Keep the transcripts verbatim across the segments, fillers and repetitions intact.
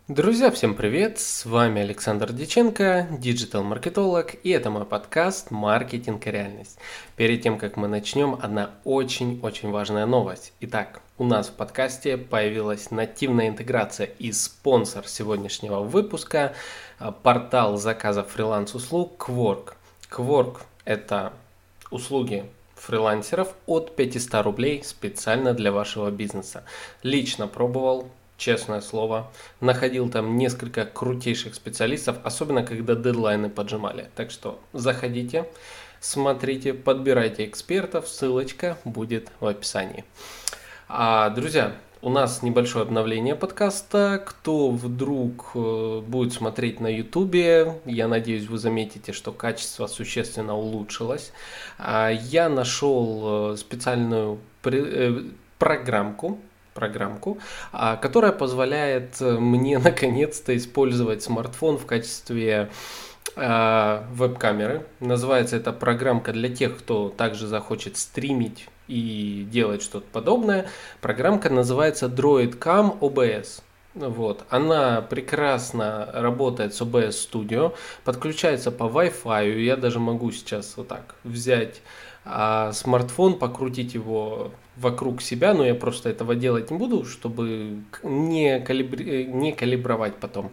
Друзья, всем привет! С вами Александр Дьяченко, диджитал-маркетолог, и это мой подкаст «Маркетинг и реальность». Перед тем, как мы начнем, одна очень-очень важная новость. Итак, у нас в подкасте появилась нативная интеграция и спонсор сегодняшнего выпуска – портал заказа фриланс-услуг Quark. Quark – это услуги фрилансеров от пятьсот рублей специально для вашего бизнеса. Лично пробовал. Честное слово, находил там несколько крутейших специалистов, особенно когда дедлайны поджимали. Так что заходите, смотрите, подбирайте экспертов, ссылочка будет в описании. А, друзья, у нас небольшое обновление подкаста. Кто вдруг будет смотреть на ютубе, я надеюсь, вы заметите, что качество существенно улучшилось. А, я нашел специальную программку, программку, которая позволяет мне наконец-то использовать смартфон в качестве э, веб-камеры. Называется эта программка для тех, кто также захочет стримить и делать что-то подобное. Программка называется DroidCam о бэ эс. Вот. Она прекрасно работает с о бэ эс Studio, подключается по Wi-Fi. Я даже могу сейчас вот так взять а, смартфон, покрутить его вокруг себя, но я просто этого делать не буду, чтобы не, калибри... не калибровать потом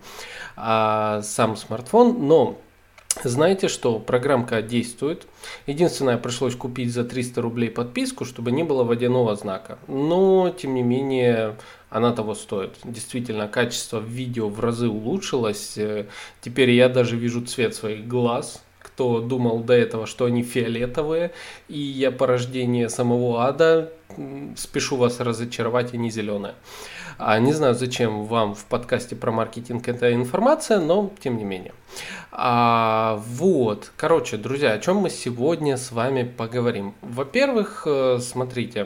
а, сам смартфон. Но знаете что, программка действует. Единственное, пришлось купить за триста рублей подписку, чтобы не было водяного знака. Но, тем не менее, она того стоит. Действительно, качество видео в разы улучшилось. Теперь я даже вижу цвет своих глаз. Кто думал до этого, что они фиолетовые, и я порождение самого ада, спешу вас разочаровать, они зеленые. А не знаю, зачем вам в подкасте про маркетинг эта информация, но тем не менее. А, вот, короче, друзья, о чем мы сегодня с вами поговорим. Во-первых, смотрите,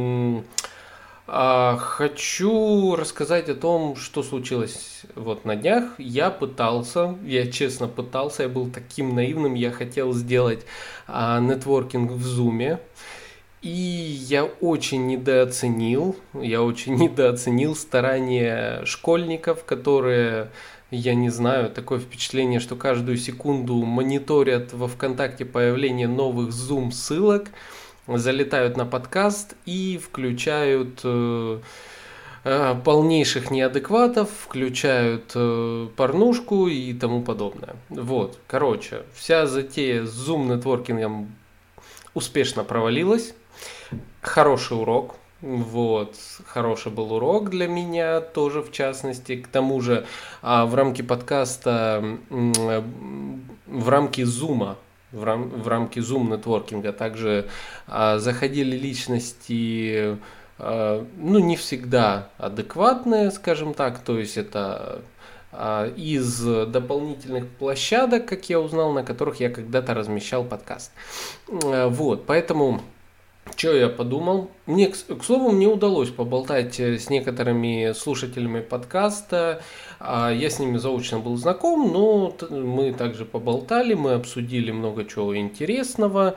хочу рассказать о том, что случилось вот на днях. Я пытался, я честно пытался, я был таким наивным, я хотел сделать а, нетворкинг в Zoom. И я очень недооценил, я очень недооценил старания школьников, которые, я не знаю, такое впечатление, что каждую секунду мониторят во ВКонтакте появление новых Zoom ссылок, залетают на подкаст и включают э, э, полнейших неадекватов, включают э, порнушку и тому подобное. Вот, короче, вся затея с Zoom нетворкингом успешно провалилась. Хороший урок. Вот, хороший был урок для меня тоже, в частности. К тому же, а, в рамке подкаста, в рамке Zoom, в, рам, в рамке Zoom нетворкинга также а, заходили личности, а, ну, не всегда адекватные, скажем так. То есть это а, из дополнительных площадок, как я узнал, на которых я когда-то размещал подкаст. А, вот, поэтому... Что я подумал? Мне, к, к слову, мне удалось поболтать с некоторыми слушателями подкаста. Я с ними заочно был знаком, но мы также поболтали, мы обсудили много чего интересного,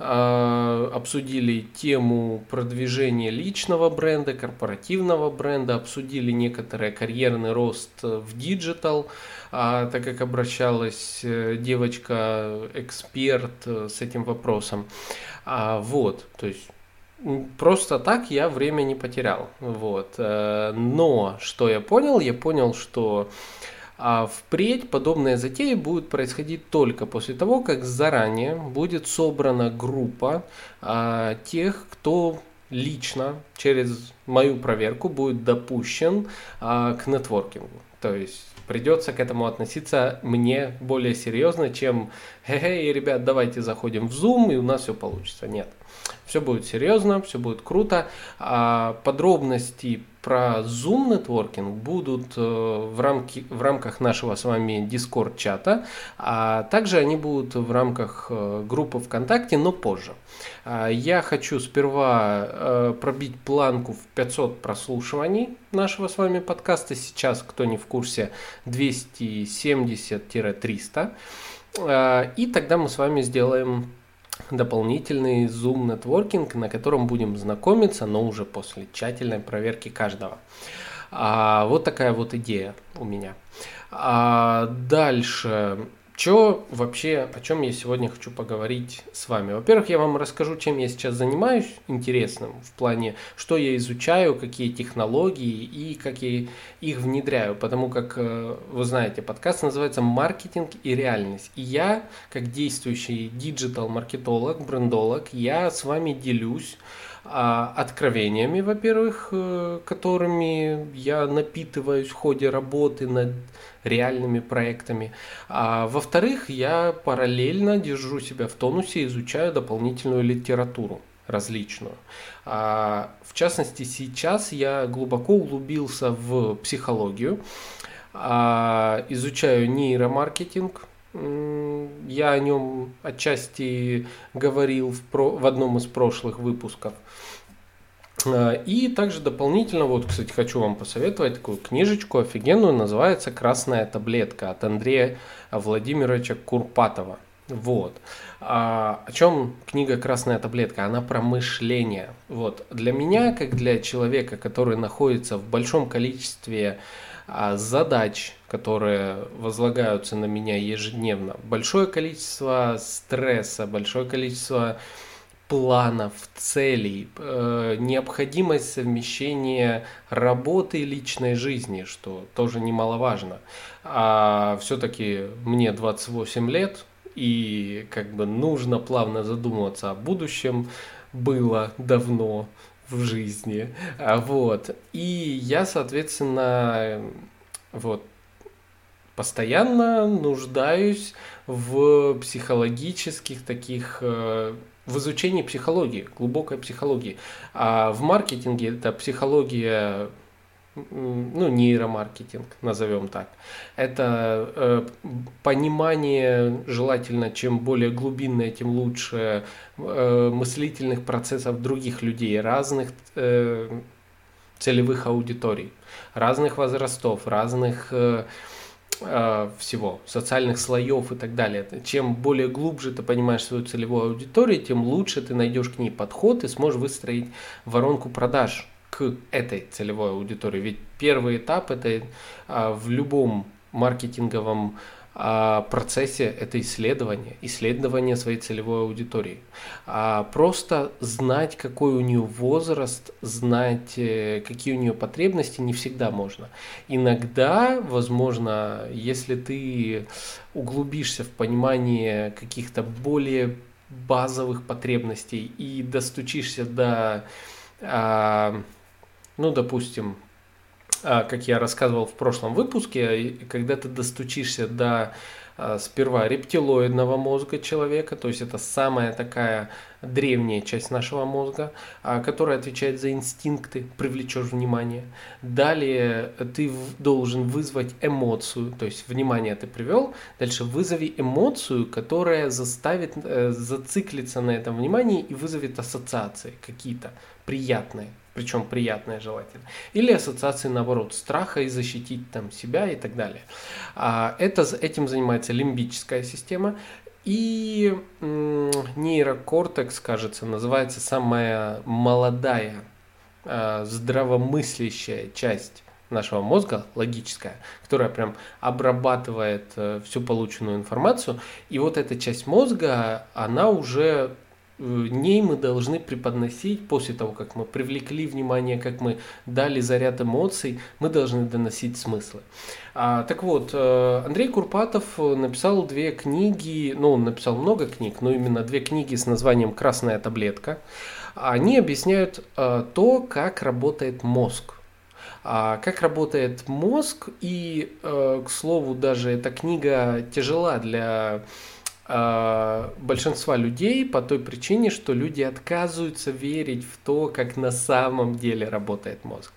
обсудили тему продвижения личного бренда, корпоративного бренда, обсудили некоторый карьерный рост в диджитал, так как обращалась девочка-эксперт с этим вопросом. А, вот, то есть просто так я время не потерял. Вот. Но что я понял? Я понял, что а, впредь подобные затеи будут происходить только после того, как заранее будет собрана группа а, тех, кто лично через мою проверку будет допущен а, к нетворкингу. То есть придется к этому относиться мне более серьезно, чем «Хе-хей, ребят, давайте заходим в Zoom, и у нас все получится». Нет. Все будет серьезно, все будет круто. А подробности про Zoom нетворкинг будут в, рамки, в рамках нашего с вами Discord чата, а также они будут в рамках группы ВКонтакте, но позже. Я хочу сперва пробить планку в пятьсот прослушиваний нашего с вами подкаста. Сейчас, кто не в курсе, двести семьдесят - триста. И тогда мы с вами сделаем дополнительный Zoom нетворкинг, на котором будем знакомиться, но уже после тщательной проверки каждого. А, вот такая вот идея у меня. А дальше, что вообще, о чем я сегодня хочу поговорить с вами? Во-первых, я вам расскажу, чем я сейчас занимаюсь интересным в плане, что я изучаю, какие технологии и как я их внедряю. Потому как, э, вы знаете, подкаст называется «Маркетинг и реальность». И я, как действующий диджитал-маркетолог, брендолог, я с вами делюсь а, откровениями, во-первых, э, которыми я напитываюсь в ходе работы над реальными проектами. А во-вторых, я параллельно держу себя в тонусе, изучаю дополнительную литературу различную. А, в частности, сейчас я глубоко углубился в психологию, а, изучаю нейромаркетинг. М, Я о нем отчасти говорил в, про, в одном из прошлых выпусков. А, И также дополнительно, вот, кстати, хочу вам посоветовать такую книжечку офигенную, называется «Красная таблетка» от Андрея Владимировича Курпатова. Вот. А, о чем книга «Красная таблетка»? Она про мышление. Вот. Для меня, как для человека, который находится в большом количестве а, задач, которые возлагаются на меня ежедневно, большое количество стресса, большое количество планов, целей, э, необходимость совмещения работы и личной жизни, что тоже немаловажно. А все-таки мне двадцать восемь лет, и как бы нужно плавно задумываться о будущем, было давно в жизни. А вот. И я, соответственно, вот постоянно нуждаюсь в психологических таких, э, в изучении психологии, глубокой психологии. А в маркетинге это психология, м, ну, нейромаркетинг, назовем так. Это э, понимание, желательно, чем более глубинное, тем лучше, э, мыслительных процессов других людей, разных э, целевых аудиторий, разных возрастов, разных э, э, всего, социальных слоев и так далее. Чем более глубже ты понимаешь свою целевую аудиторию, тем лучше ты найдешь к ней подход и сможешь выстроить воронку продаж к этой целевой аудитории. Ведь первый этап это а, в любом маркетинговом а, процессе это исследование, исследование своей целевой аудитории. А просто знать, какой у нее возраст, знать, э, какие у нее потребности не всегда можно. Иногда, возможно, если ты углубишься в понимание каких-то более базовых потребностей и достучишься до, а, ну, допустим, а, как я рассказывал в прошлом выпуске, когда ты достучишься до а, сперва рептилоидного мозга человека, то есть это самая такая древняя часть нашего мозга, а, которая отвечает за инстинкты, привлечешь внимание. Далее ты в- должен вызвать эмоцию, то есть внимание ты привел, дальше вызови эмоцию, которая заставит э, зациклиться на этом внимании и вызовет ассоциации какие-то приятные, причем приятные желательно. Или ассоциации, наоборот, страха и защитить там себя и так далее. А, это, этим занимается лимбическая система. И м, нейрокортекс, кажется, называется самая молодая, а, здравомыслящая часть нашего мозга, логическая, которая прям обрабатывает э, всю полученную информацию. И вот эта часть мозга, она уже э, ней мы должны преподносить, после того, как мы привлекли внимание, как мы дали заряд эмоций, мы должны доносить смыслы. А, так вот, э, Андрей Курпатов написал две книги, ну, он написал много книг, но именно две книги с названием «Красная таблетка». Они объясняют э, то, как работает мозг. А как работает мозг, и, э, к слову, даже эта книга тяжела для э, большинства людей по той причине, что люди отказываются верить в то, как на самом деле работает мозг.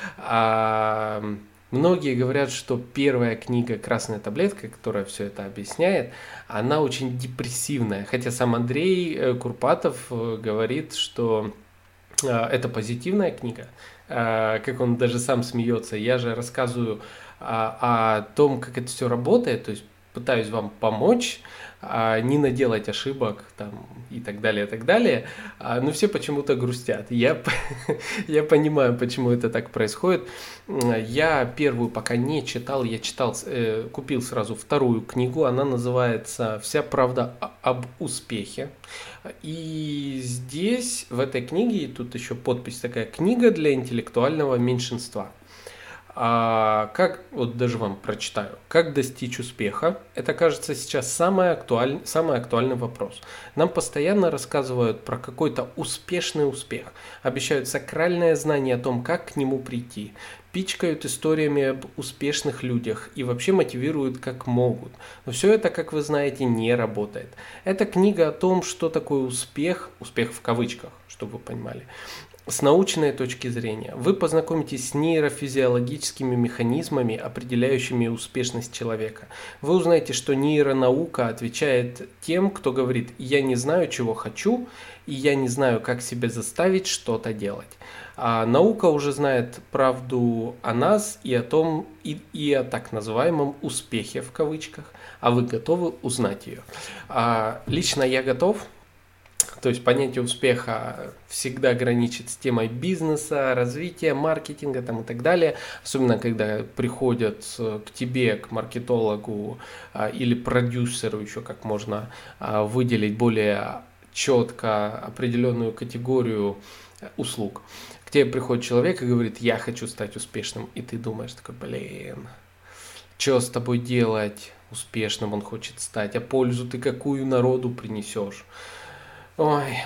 А, многие говорят, что первая книга «Красная таблетка», которая все это объясняет, она очень депрессивная. Хотя сам Андрей э, Курпатов э, говорит, что э, это позитивная книга, э, как он даже сам смеется. Я же рассказываю а, о том, как это все работает, то есть пытаюсь вам помочь, а, не наделать ошибок там, и так далее, и так далее. А, но все почему-то грустят. Я, я понимаю, почему это так происходит. Я первую пока не читал, я читал, э, купил сразу вторую книгу. Она называется «Вся правда об успехе». И здесь, в этой книге, тут еще подпись такая: «Книга для интеллектуального меньшинства». А как, вот даже вам прочитаю, как достичь успеха? Это, кажется, сейчас самый актуальный, самый актуальный вопрос. Нам постоянно рассказывают про какой-то успешный успех, обещают сакральное знание о том, как к нему прийти, пичкают историями об успешных людях и вообще мотивируют как могут. Но все это, как вы знаете, не работает. Это книга о том, что такое успех, успех в кавычках, чтобы вы понимали, с научной точки зрения. Вы познакомитесь с нейрофизиологическими механизмами, определяющими успешность человека. Вы узнаете, что нейронаука отвечает тем, кто говорит: «Я не знаю, чего хочу, и я не знаю, как себя заставить что-то делать». А наука уже знает правду о нас и о том, и, и о так называемом успехе в кавычках. А вы готовы узнать ее? А, лично я готов. То есть понятие успеха всегда граничит с темой бизнеса, развития, маркетинга там, и так далее. Особенно когда приходят к тебе, к маркетологу а, или продюсеру, еще как можно а, выделить более четко определенную категорию услуг. К тебе приходит человек и говорит: «Я хочу стать успешным». И ты думаешь такой: блин, что с тобой делать? Успешным он хочет стать. А пользу ты какую народу принесешь? Ой,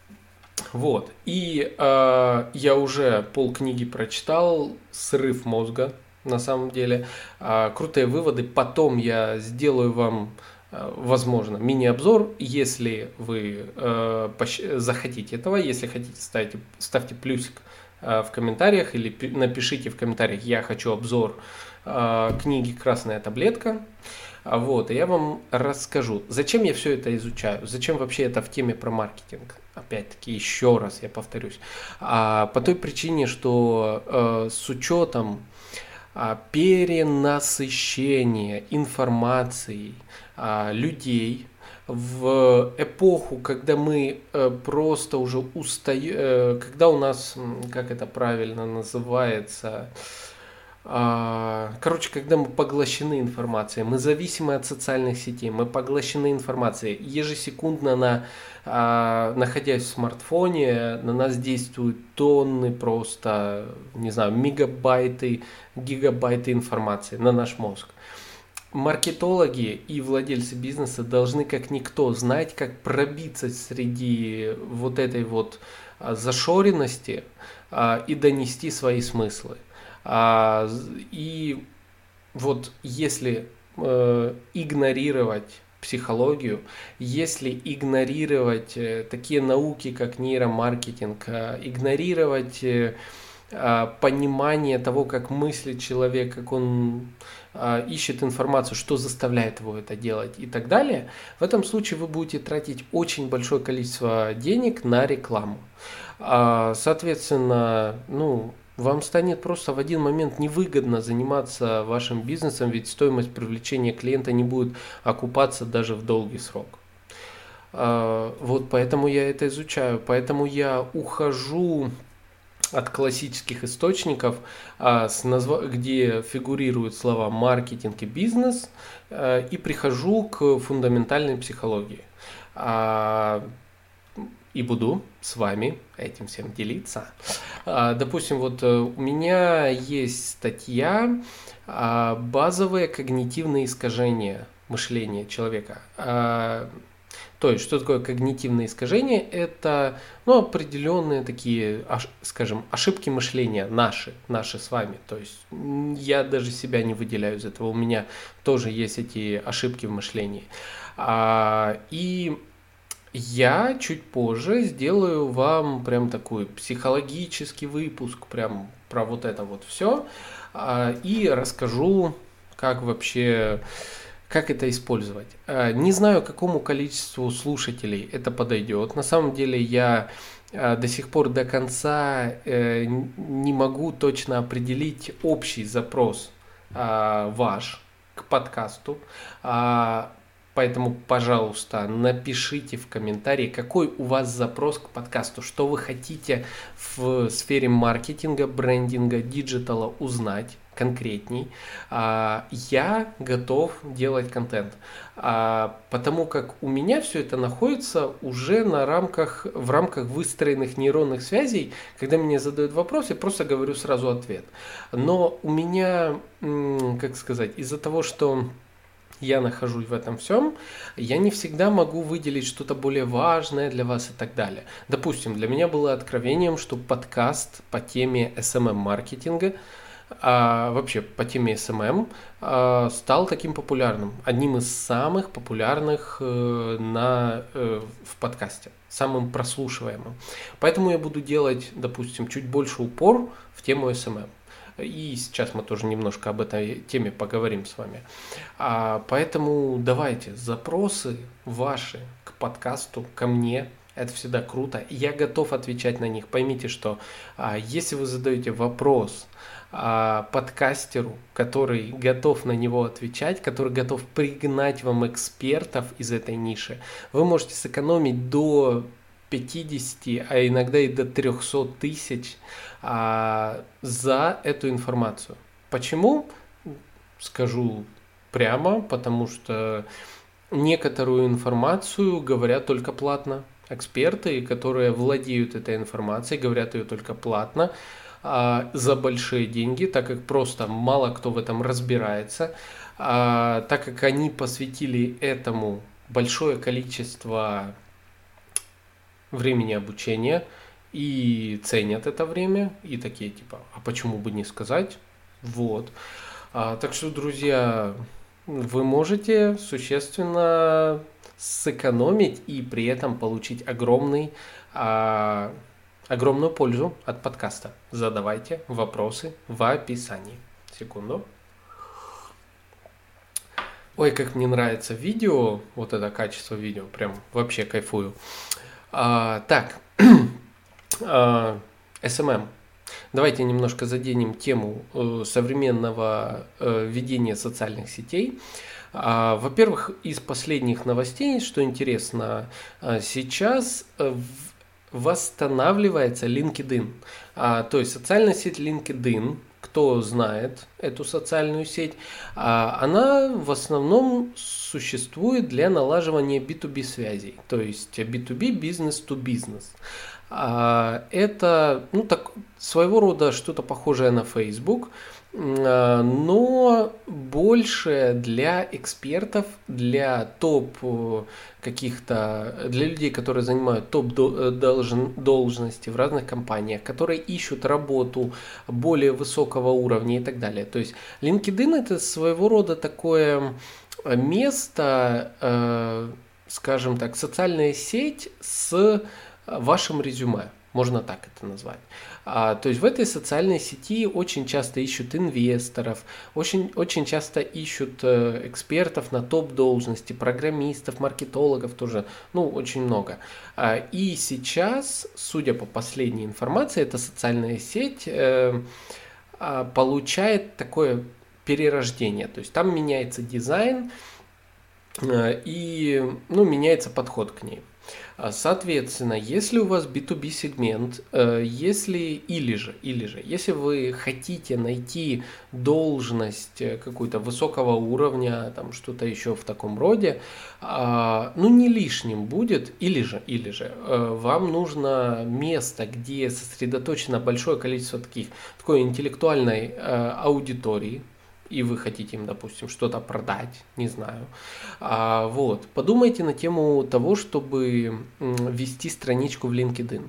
вот. И э, я уже полкниги прочитал, срыв мозга, на самом деле. Э, крутые выводы. Потом я сделаю вам, э, возможно, мини-обзор, если вы э, пощ- захотите этого. Если хотите, ставьте, ставьте плюсик э, в комментариях или пи- напишите в комментариях: «Я хочу обзор э, книги «Красная таблетка». Вот, и я вам расскажу, зачем я все это изучаю, зачем вообще это в теме про маркетинг. Опять-таки, еще раз я повторюсь. А, по той причине, что э, с учетом а, перенасыщения информацией а, людей в эпоху, когда мы э, просто уже устаем, э, когда у нас, как это правильно называется, короче, когда мы поглощены информацией, мы зависимы от социальных сетей, мы поглощены информацией. Ежесекундно, на, а, находясь в смартфоне, на нас действуют тонны просто, не знаю, мегабайты, гигабайты информации на наш мозг. Маркетологи и владельцы бизнеса должны как никто знать, как пробиться среди вот этой вот зашоренности а, и донести свои смыслы. А, и вот если э, игнорировать психологию, если игнорировать э, такие науки, как нейромаркетинг, э, игнорировать э, э, понимание того, как мыслит человек, как он э, ищет информацию, что заставляет его это делать и так далее, в этом случае вы будете тратить очень большое количество денег на рекламу. А, соответственно, ну, вам станет просто в один момент невыгодно заниматься вашим бизнесом, ведь стоимость привлечения клиента не будет окупаться даже в долгий срок. Вот поэтому я это изучаю, поэтому я ухожу от классических источников, где фигурируют слова маркетинг и бизнес, и прихожу к фундаментальной психологии. И буду с вами этим всем делиться. Допустим, вот у меня есть статья «Базовые когнитивные искажения мышления человека». То есть, что такое когнитивные искажения? Это, ну, определенные такие, скажем, ошибки мышления наши, наши с вами. То есть, я даже себя не выделяю из этого. У меня тоже есть эти ошибки в мышлении. И я чуть позже сделаю вам прям такой психологический выпуск, прям про вот это вот все, и расскажу, как вообще, как это использовать. Не знаю, какому количеству слушателей это подойдет. На самом деле я до сих пор до конца не могу точно определить общий запрос ваш. к подкасту. А, Поэтому, пожалуйста, напишите в комментарии, какой у вас запрос к подкасту, что вы хотите в сфере маркетинга, брендинга, диджитала узнать конкретней. Я готов делать контент, потому как у меня все это находится уже на рамках, в рамках выстроенных нейронных связей. Когда мне задают вопрос, я просто говорю сразу ответ. Но у меня, как сказать, из-за того, что я нахожусь в этом всем, я не всегда могу выделить что-то более важное для вас и так далее. Допустим, для меня было откровением, что подкаст по теме эс эм эм-маркетинга, а, вообще по теме эс эм эм, а, стал таким популярным, одним из самых популярных э, на, э, в подкасте, самым прослушиваемым. Поэтому я буду делать, допустим, чуть больше упор в тему эс эм эм. И сейчас мы тоже немножко об этой теме поговорим с вами. А, поэтому давайте запросы ваши к подкасту, ко мне. Это всегда круто. Я готов отвечать на них. Поймите, что а, если вы задаете вопрос а, подкастеру, который готов на него отвечать, который готов пригнать вам экспертов из этой ниши, вы можете сэкономить до пятьдесят, а иногда и до триста тысяч а, за эту информацию. Почему? Скажу прямо, потому что некоторую информацию говорят только платно. Эксперты, которые владеют этой информацией, говорят ее только платно, а, за большие деньги, так как просто мало кто в этом разбирается, а, так как они посвятили этому большое количество времени обучения и ценят это время, и такие типа, а почему бы не сказать? Вот. А, так что, друзья, вы можете существенно сэкономить и при этом получить огромный, а, огромную пользу от подкаста. Задавайте вопросы в описании. Секунду. Ой, как мне нравится видео, вот это качество видео, прям вообще кайфую. А, так, а, эс эм эм. Давайте немножко заденем тему э, современного э, ведения социальных сетей. А, во-первых, из последних новостей, что интересно, а, сейчас э, в- восстанавливается LinkedIn. А, то есть социальная сеть LinkedIn, кто знает эту социальную сеть, а, она в основном существует для налаживания би ту би связей, то есть би ту би, бизнес-to-бизнес. А, Это, ну, так, своего рода что-то похожее на Facebook, а, но больше для экспертов, для топ э, каких-то, для людей, которые занимают топ до- э, должен- должности в разных компаниях, которые ищут работу более высокого уровня и так далее. То есть LinkedIn это своего рода такое э, место, э, скажем так, социальная сеть с вашим резюме, можно так это назвать. А, то есть в этой социальной сети очень часто ищут инвесторов, очень, очень часто ищут э, экспертов на топ-должности, программистов, маркетологов тоже, ну, очень много. А, и сейчас, судя по последней информации, эта социальная сеть э, а, получает такое перерождение, то есть там меняется дизайн э, и, ну, меняется подход к ней. А, Соответственно, если у вас би ту би сегмент, э, если или же, или же, если вы хотите найти должность э, какую-то высокого уровня, там что-то еще в таком роде, а, ну не лишним будет, или же, или же, э, вам нужно место, где сосредоточено большое количество таких, такой интеллектуальной э, аудитории, и вы хотите им, допустим, что-то продать, не знаю. А, вот. Подумайте на тему того, чтобы м, вести страничку в LinkedIn.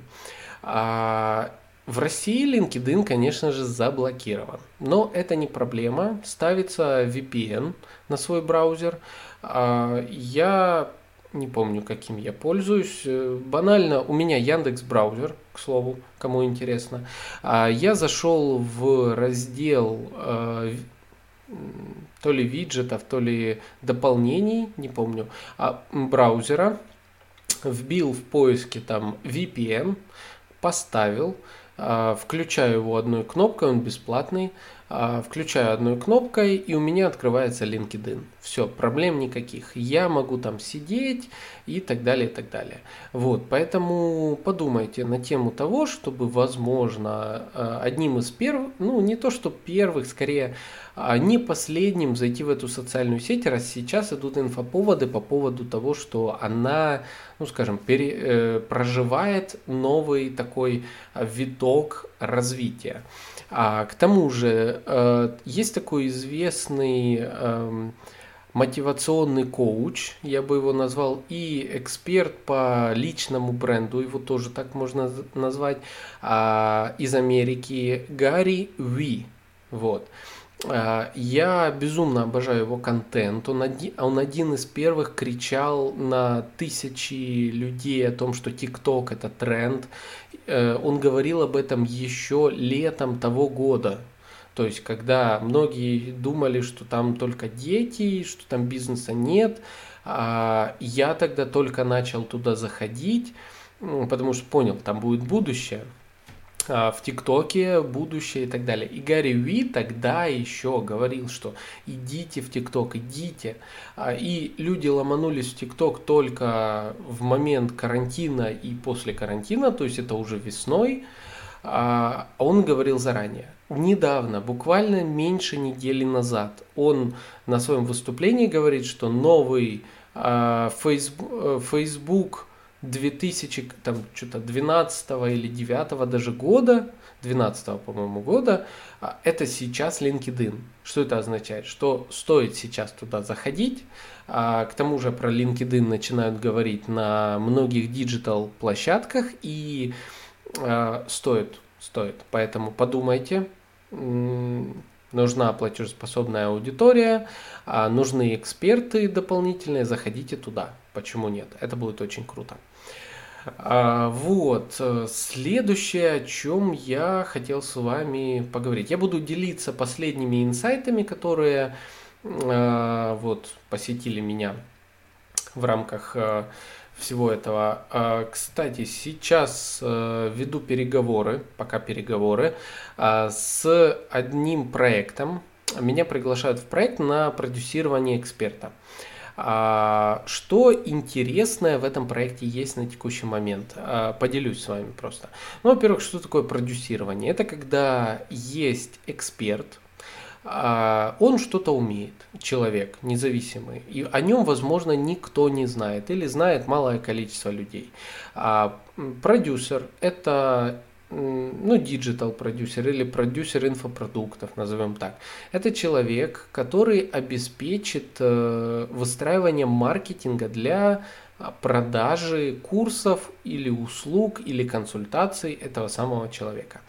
А, в России LinkedIn, конечно же, заблокирован. Но это не проблема. Ставится ви пи эн на свой браузер. А, я не помню, каким я пользуюсь. Э, Банально, у меня Яндекс браузер, к слову, кому интересно. А, Я зашел в раздел э, то ли виджетов, то ли дополнений, не помню, а, браузера, вбил в поиске там ви пи эн, поставил, а, включаю его одной кнопкой, он бесплатный, а, включаю одной кнопкой, и у меня открывается LinkedIn. Все, проблем никаких. Я могу там сидеть и так далее, и так далее. Вот, поэтому подумайте на тему того, чтобы, возможно, а, одним из первых, ну, не то что первых, скорее, а не последним зайти в эту социальную сеть, раз сейчас идут инфоповоды по поводу того, что она, ну, скажем, пере, э, проживает новый такой виток развития. А к тому же э, есть такой известный э, мотивационный коуч, я бы его назвал, и эксперт по личному бренду, его тоже так можно назвать, э, из Америки, Гарри Ви. Вот. Я безумно обожаю его контент. Он один, он один из первых кричал на тысячи людей о том, что ТикТок это тренд. Он говорил об этом еще летом того года. То есть, когда многие думали, что там только дети, что там бизнеса нет, я тогда только начал туда заходить, потому что понял, там будет будущее. В ТикТоке будущее и так далее. И Гарри Ви тогда еще говорил, что идите в ТикТок, идите. И люди ломанулись в ТикТок только в момент карантина и после карантина, то есть это уже весной. А он говорил заранее. Недавно, буквально меньше недели назад, он на своем выступлении говорит, что новый Facebook, Facebook две тысячи двенадцатого или двенадцатого даже года, двенадцатого, по-моему, года, это сейчас LinkedIn. Что это означает? Что стоит сейчас туда заходить. К тому же про LinkedIn начинают говорить на многих диджитал площадках, и стоит, стоит. Поэтому подумайте. Нужна платежеспособная аудитория, нужны эксперты дополнительные, заходите туда. Почему нет? Это будет очень круто. Вот, следующее, о чем я хотел с вами поговорить. Я буду делиться последними инсайтами, которые вот, посетили меня в рамках всего этого. Кстати, сейчас веду переговоры, пока переговоры, с одним проектом. Меня приглашают в проект на продюсирование эксперта. Что интересное в этом проекте есть на текущий момент? Поделюсь с вами просто. Ну, во-первых, что такое продюсирование? Это когда есть эксперт, он что-то умеет, человек независимый, и о нем, возможно, никто не знает или знает малое количество людей. Продюсер – это ну, диджитал продюсер или продюсер инфопродуктов, назовем так. Это человек, который обеспечит выстраивание маркетинга для продажи курсов или услуг или консультаций этого самого человека.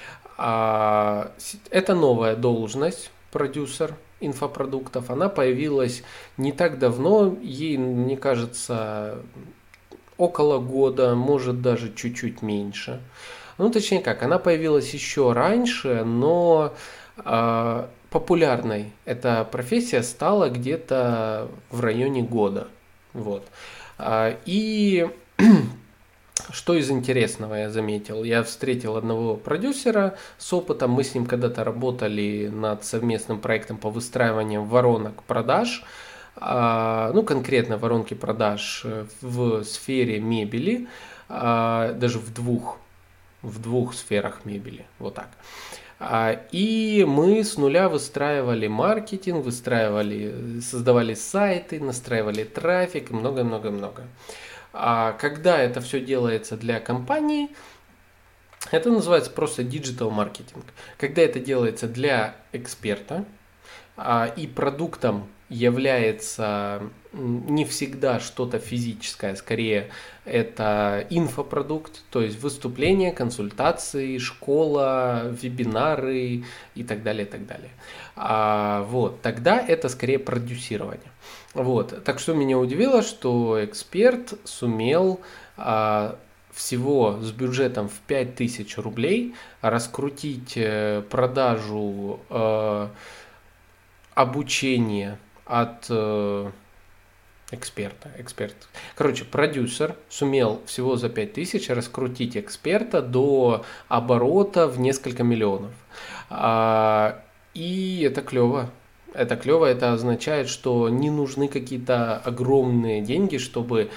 Это новая должность, продюсер инфопродуктов. Она появилась не так давно, ей, мне кажется, около года, может даже чуть-чуть меньше. Ну, точнее как, она появилась еще раньше, но э, популярной эта профессия стала где-то в районе года. Вот. А, и что из интересного я заметил? Я встретил одного продюсера с опытом, мы с ним когда-то работали над совместным проектом по выстраиванию воронок продаж. А, ну, конкретно воронки продаж в сфере мебели, а, даже в двух в двух сферах мебели, вот так. И мы с нуля выстраивали маркетинг, выстраивали, создавали сайты, настраивали трафик и много-много-много. А когда это все делается для компании, это называется просто диджитал маркетинг. Когда это делается для эксперта, и продуктом является не всегда что-то физическое, скорее это инфопродукт, то есть выступления, консультации, школа, вебинары и так далее, и так далее. А, вот, тогда это скорее продюсирование. Вот, так что меня удивило, что эксперт сумел а, всего с бюджетом в пять тысяч рублей раскрутить продажу э, обучения от э, эксперта. Эксперт. Короче, продюсер сумел всего за пять тысяч раскрутить эксперта до оборота в несколько миллионов. А, И это клево. Это клево, это означает, что не нужны какие-то огромные деньги, чтобы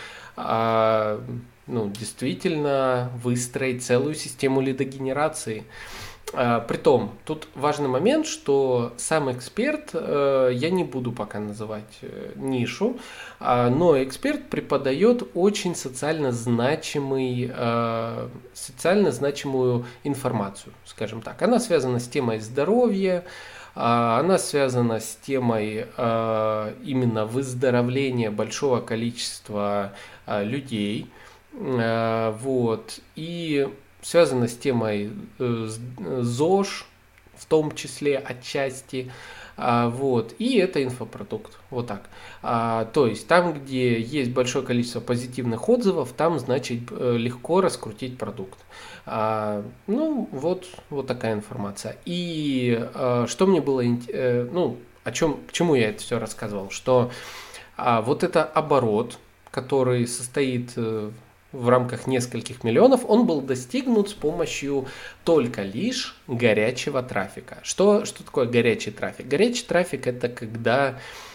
а, ну, действительно выстроить целую систему лидогенерации. А, Притом, тут важный момент, что сам эксперт, э, я не буду пока называть э, нишу, а, но эксперт преподает очень социально значимый, э, социально значимую информацию, скажем так. Она связана с темой здоровья, а, она связана с темой э, именно выздоровления большого количества э, людей. Э, Вот. И связано с темой э, ЗОЖ, в том числе отчасти. А, Вот. И это инфопродукт. Вот так. А, То есть там, где есть большое количество позитивных отзывов, там, значит, э, легко раскрутить продукт. А, Ну, вот, вот такая информация. И э, что мне было, ин- э, ну, о чем, к чему я это все рассказывал, что а, вот это оборот, который состоит э, в рамках нескольких миллионов, он был достигнут с помощью только лишь горячего трафика. Что, что такое горячий трафик? Горячий трафик это когда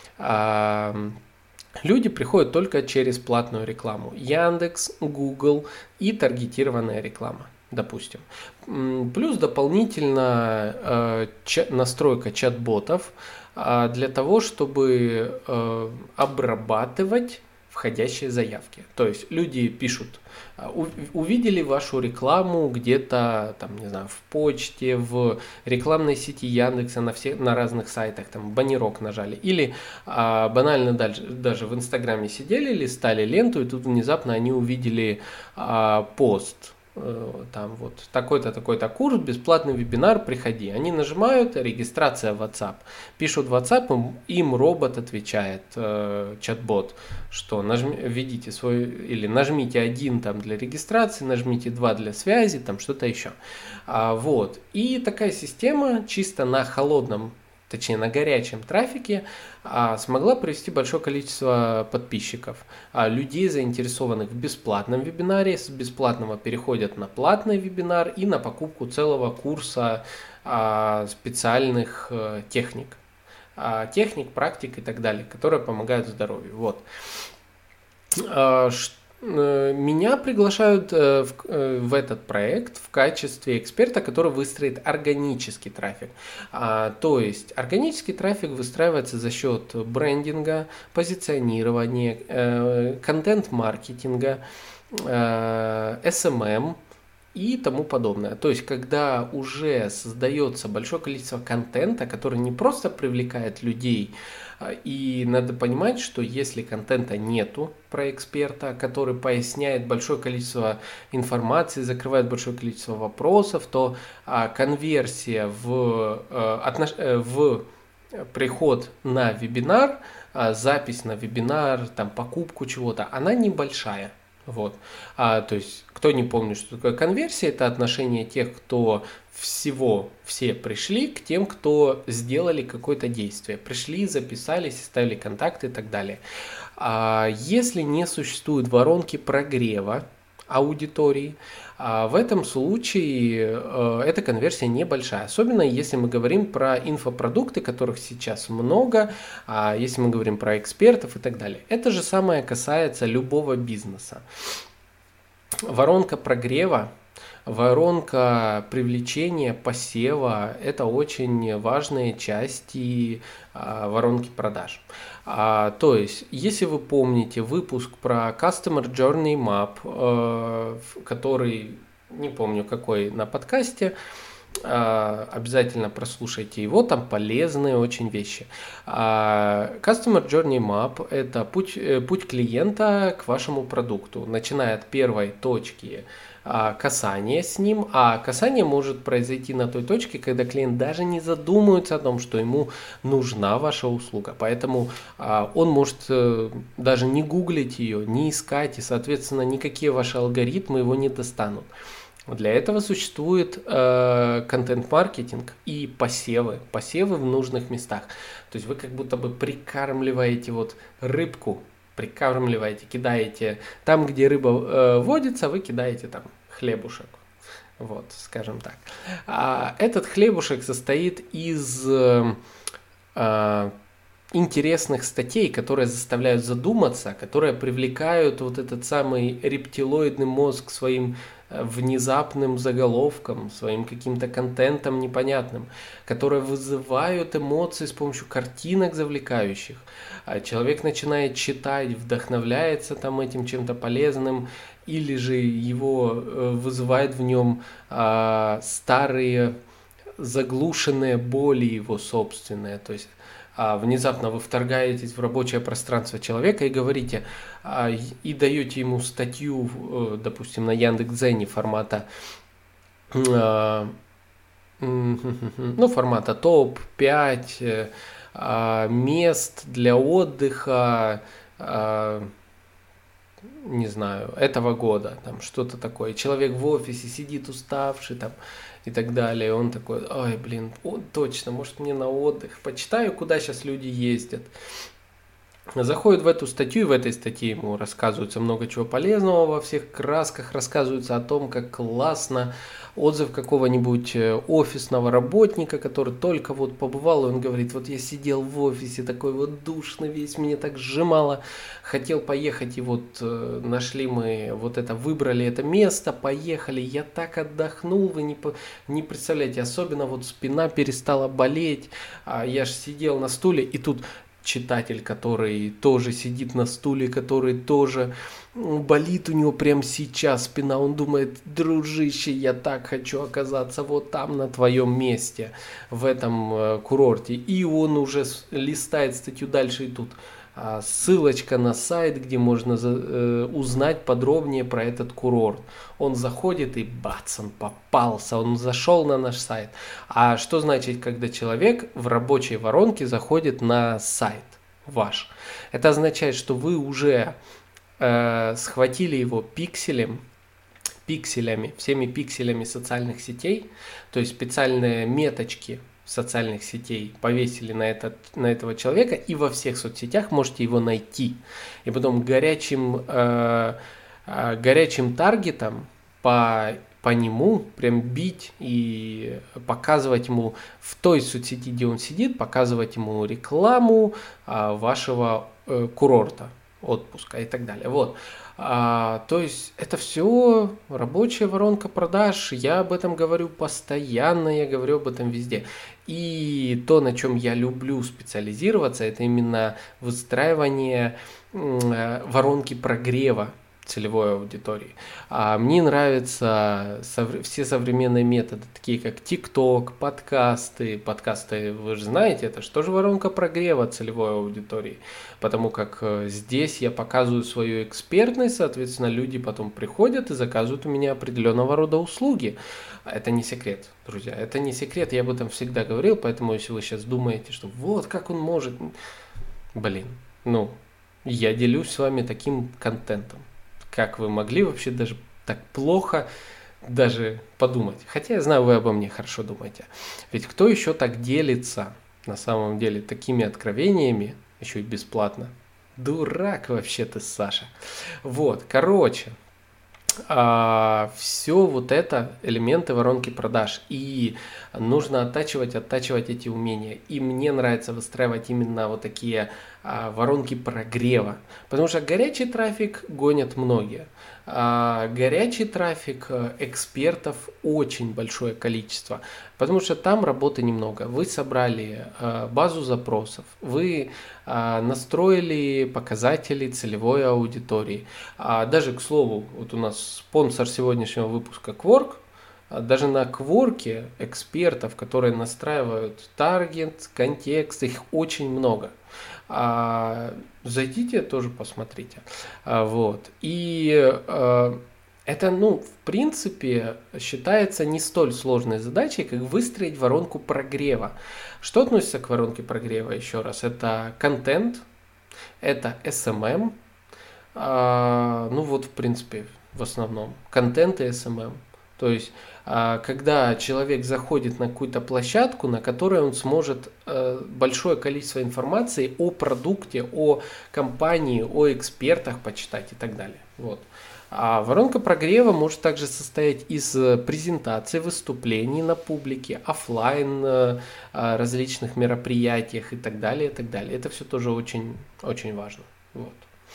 а, люди приходят только через платную рекламу. Яндекс, Google и таргетированная реклама, допустим. М, Плюс дополнительно э, ча- настройка чат-ботов а, для того, чтобы э, обрабатывать входящие заявки. То есть люди пишут, а, у- увидели вашу рекламу где-то, там, не знаю, в почте, в рекламной сети Яндекса, на, всех, на разных сайтах, там, баннерок нажали. Или а, банально дальше, даже в Инстаграме сидели, листали ленту, и тут внезапно они увидели а, пост. э, Там вот такой-то, такой-то курс, бесплатный вебинар, приходи. Они нажимают, регистрация в WhatsApp. Пишут в WhatsApp, им, им робот отвечает, э, чат-бот, что нажми, введите свой, или нажмите один там для регистрации, нажмите два для связи, там что-то еще. А, вот. И такая система чисто на холодном, точнее на горячем трафике а, смогла привести большое количество подписчиков, а, людей, заинтересованных в бесплатном вебинаре, с бесплатного переходят на платный вебинар и на покупку целого курса а, специальных э, техник. А, техник, практик и так далее, которые помогают здоровью. Вот. А, ш- э, Меня приглашают э, в, э, в этот проект в качестве эксперта, который выстроит органический трафик. А, То есть органический трафик выстраивается за счет брендинга, позиционирования, э, контент-маркетинга, э, эс эм эм и тому подобное. То есть, когда уже создается большое количество контента, который не просто привлекает людей, а, и надо понимать, что если контента нету про эксперта, который поясняет большое количество информации, закрывает большое количество вопросов, то а, конверсия в, э, отнош- э, в приход на вебинар, а, запись на вебинар, там, покупку чего-то, она небольшая. Вот. А, то есть, кто не помнит, что такое конверсия, это отношение тех, кто всего все пришли, к тем, кто сделали какое-то действие. Пришли, записались, оставили контакты и так далее. А если не существует воронки прогрева аудитории, а в этом случае э, эта конверсия небольшая. Особенно если мы говорим про инфопродукты, которых сейчас много, а если мы говорим про экспертов и так далее. Это же самое касается любого бизнеса. Воронка прогрева, воронка привлечения, посева – это очень важные части а, воронки продаж. А, то есть, если вы помните выпуск про Customer Journey Map, э, который, не помню какой, на подкасте, а, обязательно прослушайте его, там полезные очень вещи. А, Customer Journey Map – это путь, э, путь клиента к вашему продукту, начиная от первой точки а, касания с ним, а касание может произойти на той точке, когда клиент даже не задумывается о том, что ему нужна ваша услуга, поэтому а, он может э, даже не гуглить ее, не искать, и, соответственно, никакие ваши алгоритмы его не достанут. Для этого существует э, контент-маркетинг и посевы, посевы в нужных местах. То есть вы как будто бы прикармливаете вот рыбку, прикармливаете, кидаете там, где рыба э, водится, вы кидаете там хлебушек. Вот, скажем так. А этот хлебушек состоит из э, э, интересных статей, которые заставляют задуматься, которые привлекают вот этот самый рептилоидный мозг своим э, внезапным заголовком, своим каким-то контентом непонятным, которые вызывают эмоции с помощью картинок завлекающих. А человек начинает читать, вдохновляется там этим чем-то полезным, или же его э, вызывает в нем а, старые заглушенные боли его собственные, то есть а, внезапно вы вторгаетесь в рабочее пространство человека и говорите, а, и даете ему статью, э, допустим, на Яндекс.Дзене формата, а, ну, формата топ пять э, а, мест для отдыха, а, не знаю, этого года, там что-то такое. Человек в офисе сидит уставший там и так далее. Он такой, ой, блин, о, точно, может мне на отдых. Почитаю, куда сейчас люди ездят. Заходит в эту статью, и в этой статье ему рассказывается много чего полезного, во всех красках рассказывается о том, как классно, отзыв какого-нибудь офисного работника, который только вот побывал, и он говорит, вот я сидел в офисе, такой вот душный весь, мне так сжимало, хотел поехать, и вот нашли мы вот это, выбрали это место, поехали, я так отдохнул, вы не, не представляете, особенно вот спина перестала болеть, а я же сидел на стуле, и тут читатель, который тоже сидит на стуле, который тоже болит у него прямо сейчас спина, он думает, дружище, я так хочу оказаться вот там, на твоем месте, в этом э, курорте. И он уже листает статью дальше, и тут а, ссылочка на сайт, где можно за, э, узнать подробнее про этот курорт. Он заходит, и бац, он попался, он зашел на наш сайт. А что значит, когда человек в рабочей воронке заходит на сайт ваш? Это означает, что вы уже э, схватили его пикселем, пикселями, всеми пикселями социальных сетей, то есть специальные меточки социальных сетей повесили на, этот, на этого человека, и во всех соцсетях можете его найти. И потом горячим, э, э, горячим таргетом по, по нему прям бить и показывать ему в той соцсети, где он сидит, показывать ему рекламу э, вашего э, курорта, отпуска и так далее. Вот. А, то есть это все рабочая воронка продаж. Я об этом говорю постоянно, я говорю об этом везде. И то, на чем я люблю специализироваться, это именно выстраивание э, воронки прогрева целевой аудитории. А мне нравятся сов- все современные методы, такие как TikTok, подкасты. Подкасты, вы же знаете, это же тоже воронка прогрева целевой аудитории. Потому как здесь я показываю свою экспертность, соответственно, люди потом приходят и заказывают у меня определенного рода услуги. Это не секрет, друзья, это не секрет, я об этом всегда говорил, поэтому если вы сейчас думаете, что вот как он может, блин, ну, я делюсь с вами таким контентом. Как вы могли вообще даже так плохо даже подумать? Хотя я знаю, вы обо мне хорошо думаете. Ведь кто еще так делится на самом деле такими откровениями, еще и бесплатно? Дурак вообще ты, Саша. Вот, короче, а, все вот это элементы воронки продаж. И нужно оттачивать, оттачивать эти умения. И мне нравится выстраивать именно вот такие а, воронки прогрева. Потому что горячий трафик гонят многие. А, горячий трафик экспертов очень большое количество. Потому что там работы немного. Вы собрали а, базу запросов. Вы а, настроили показатели целевой аудитории. А, даже, к слову, вот у нас спонсор сегодняшнего выпуска Quark. Даже на Quark экспертов, которые настраивают таргет, контекст, их очень много. А, зайдите, тоже посмотрите. А, вот. И а, это, ну, в принципе, считается не столь сложной задачей, как выстроить воронку прогрева. Что относится к воронке прогрева, еще раз? Это контент, это эс эм эм, а, ну вот, в принципе, в основном, контент и эс эм эм. То есть, когда человек заходит на какую-то площадку, на которой он сможет большое количество информации о продукте, о компании, о экспертах почитать и так далее. Вот. А воронка прогрева может также состоять из э, презентаций, выступлений на публике, оффлайн, э, а, различных мероприятиях и так далее, и так далее. Это все тоже очень, очень важно. Вот.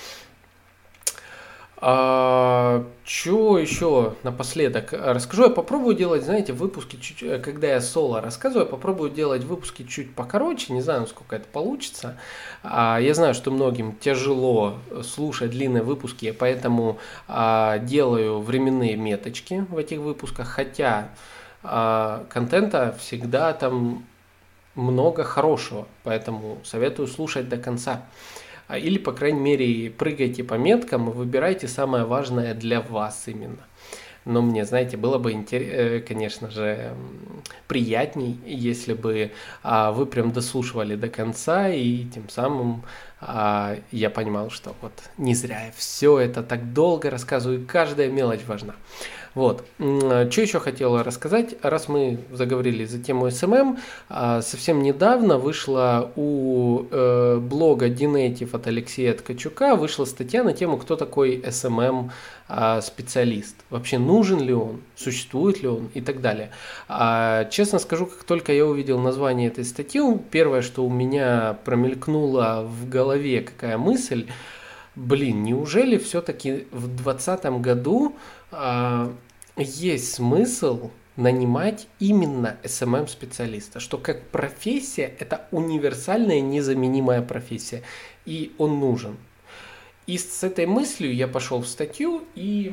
А, что еще напоследок расскажу? Я попробую делать, знаете, выпуски чуть, э, когда я соло рассказываю, я попробую делать выпуски чуть покороче, не знаю, насколько это получится. А, я знаю, что многим тяжело слушать длинные выпуски, поэтому а, делаю временные меточки в этих выпусках, хотя а, контента всегда там много хорошего, поэтому советую слушать до конца. А, Или, по крайней мере, прыгайте по меткам и выбирайте самое важное для вас именно. Но мне, знаете, было бы, интер- конечно же, м, приятней, если бы а, вы прям дослушивали до конца, и тем самым а, я понимал, что вот не зря я все это так долго рассказываю, и каждая мелочь важна. Вот. Что еще хотела рассказать, раз мы заговорили за тему эс эм эм, а, совсем недавно вышла у э, блога Dinative от Алексея Ткачука вышла статья на тему, кто такой эс эм эм а, специалист, вообще нужен ли он, существует ли он и так далее. А, честно скажу, как только я увидел название этой статьи, первое, что у меня промелькнуло в голове, какая мысль: блин, неужели все-таки в двадцатом году а, есть смысл нанимать именно эс эм эм-специалиста, что как профессия это универсальная, незаменимая профессия, и он нужен. И с этой мыслью я пошел в статью, и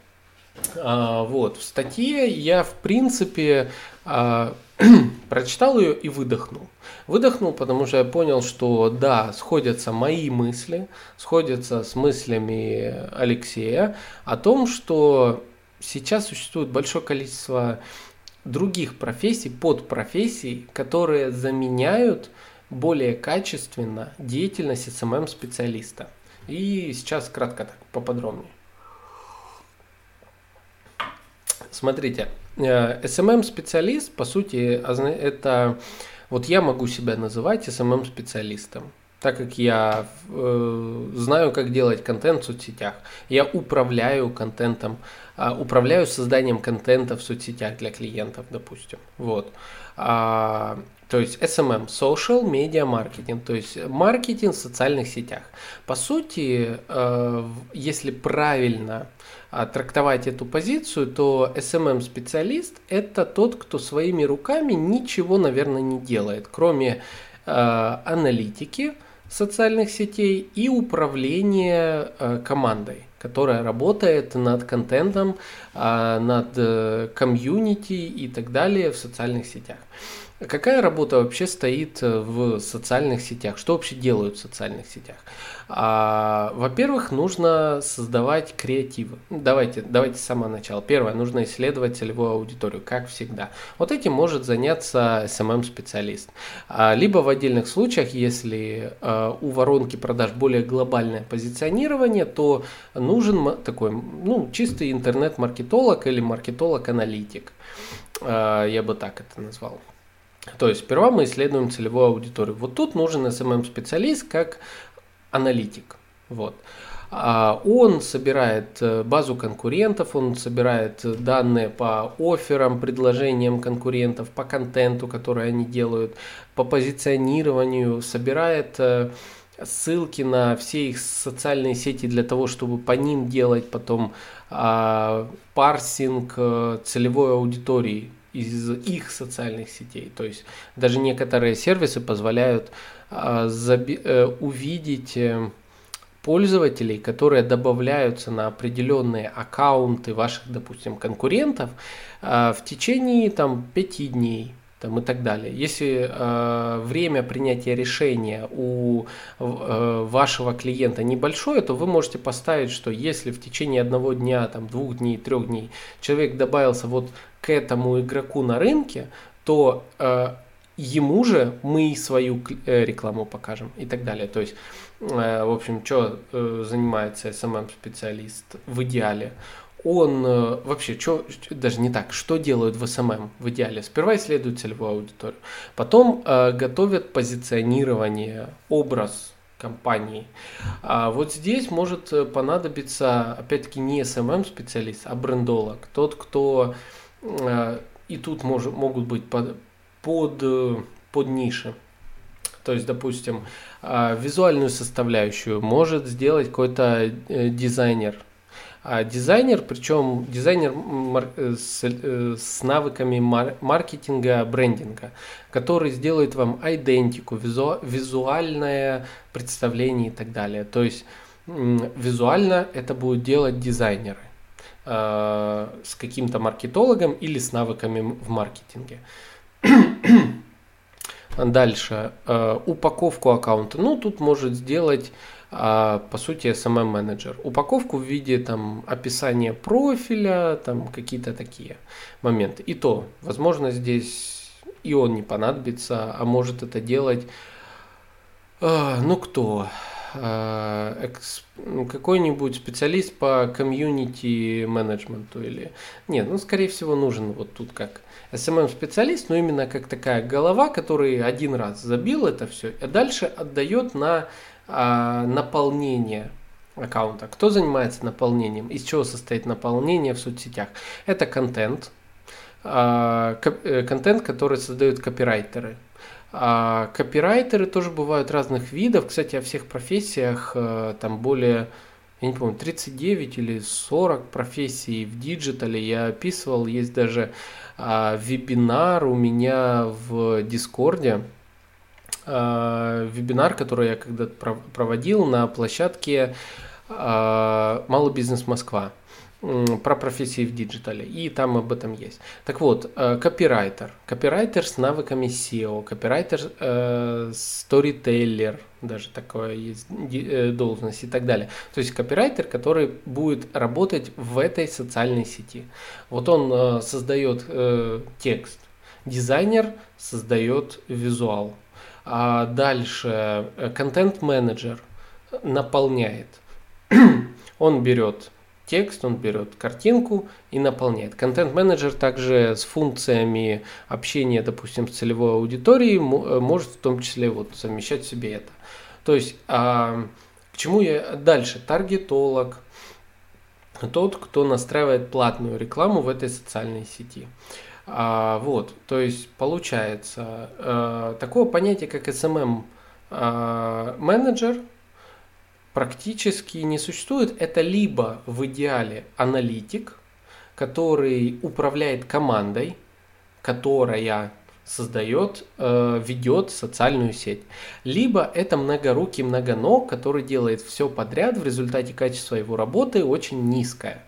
а, вот в статье я в принципе а, прочитал ее и выдохнул. Выдохнул, потому что я понял, что да, сходятся мои мысли, сходятся с мыслями Алексея о том, что сейчас существует большое количество других профессий, подпрофессий, которые заменяют более качественно деятельность эс эм эм-специалиста. И сейчас кратко так, поподробнее. Смотрите, эс эм эм-специалист, по сути, это... Вот я могу себя называть эс эм эм-специалистом, так как я э, знаю, как делать контент в соцсетях. Я управляю контентом, э, управляю созданием контента в соцсетях для клиентов, допустим. Вот. А, то есть эс эм эм, Social Media Marketing, то есть маркетинг в социальных сетях. По сути, э, если правильно трактовать эту позицию, то эс эм эм-специалист это тот, кто своими руками ничего, наверное, не делает, кроме э, аналитики социальных сетей и управления э, командой, которая работает над контентом, э, над э, комьюнити и так далее в социальных сетях. Какая работа вообще стоит в социальных сетях? Что вообще делают в социальных сетях? А, во-первых, нужно создавать креативы. Давайте, давайте с самого начала. Первое, нужно исследовать целевую аудиторию, как всегда. Вот этим может заняться эс эм эм-специалист. А, либо в отдельных случаях, если а, у воронки продаж более глобальное позиционирование, то нужен такой, ну, чистый интернет-маркетолог или маркетолог-аналитик. А, я бы так это назвал. То есть сперва мы исследуем целевую аудиторию. Вот тут нужен эс эм эм-специалист как аналитик. Вот. Он собирает базу конкурентов, он собирает данные по офферам, предложениям конкурентов, по контенту, который они делают, по позиционированию, собирает ссылки на все их социальные сети для того, чтобы по ним делать потом парсинг целевой аудитории из их социальных сетей. То есть даже некоторые сервисы позволяют а, заби- э, увидеть э, пользователей, которые добавляются на определенные аккаунты ваших, допустим, конкурентов а, в течение там, пяти дней. Там, и так далее. Если э, время принятия решения у э, вашего клиента небольшое, то вы можете поставить, что если в течение одного дня, там, двух дней, трех дней человек добавился вот к этому игроку на рынке, то э, ему же мы свою э, рекламу покажем и так далее. То есть, э, в общем, что э, занимается эс эм эм-специалист в идеале? Он э, вообще, чё, даже не так, что делают в эс эм эм в идеале? Сперва исследуют целевую аудиторию, потом э, готовят позиционирование, образ компании. А вот здесь может понадобиться, опять-таки, не эс эм эм-специалист, а брендолог. Тот, кто э, и тут может, могут быть под, под, под ниши. То есть, допустим, э, визуальную составляющую может сделать какой-то э, дизайнер. А дизайнер, причем дизайнер с, с навыками мар- маркетинга, брендинга, который сделает вам идентику, визу, визуальное представление и так далее. То есть визуально это будут делать дизайнеры э, с каким-то маркетологом или с навыками в маркетинге. Дальше. Э, упаковку аккаунта. Ну, тут может сделать а, по сути эс эм эм-менеджер. Упаковку в виде там, описания профиля, там какие-то такие моменты. И то, возможно, здесь и он не понадобится, а может это делать, а, ну кто, а, экс, какой-нибудь специалист по комьюнити-менеджменту или... Нет, ну скорее всего нужен вот тут как эс эм эм-специалист, но именно как такая голова, который один раз забил это все, а дальше отдает на наполнение аккаунта. Кто занимается наполнением? Из чего состоит наполнение в соцсетях? Это контент, контент, который создают копирайтеры. Копирайтеры тоже бывают разных видов. Кстати, о всех профессиях там более, я не помню, тридцать девять или сорок профессий в диджитале я описывал. Есть даже вебинар у меня в Дискорде. Вебинар, который я когда-то проводил на площадке Малый бизнес Москва про профессии в диджитале, и там об этом есть. Так вот, копирайтер, копирайтер с навыками сео, копирайтер, сторителлер, даже такое есть должность и так далее. То есть копирайтер, который будет работать в этой социальной сети. Вот он создает текст, дизайнер создает визуал. А дальше контент-менеджер наполняет. Он берет текст, он берет картинку и наполняет. Контент-менеджер также с функциями общения, допустим, с целевой аудиторией может в том числе вот совмещать в себе это. То есть, а, к чему я дальше? Таргетолог, тот, кто настраивает платную рекламу в этой социальной сети. А, вот, то есть получается э, такое понятие, как эс эм эм-менеджер, практически не существует. Это либо в идеале аналитик, который управляет командой, которая создает, э, ведет социальную сеть. Либо это многорукий многоног, который делает все подряд, в результате качество его работы очень низкое.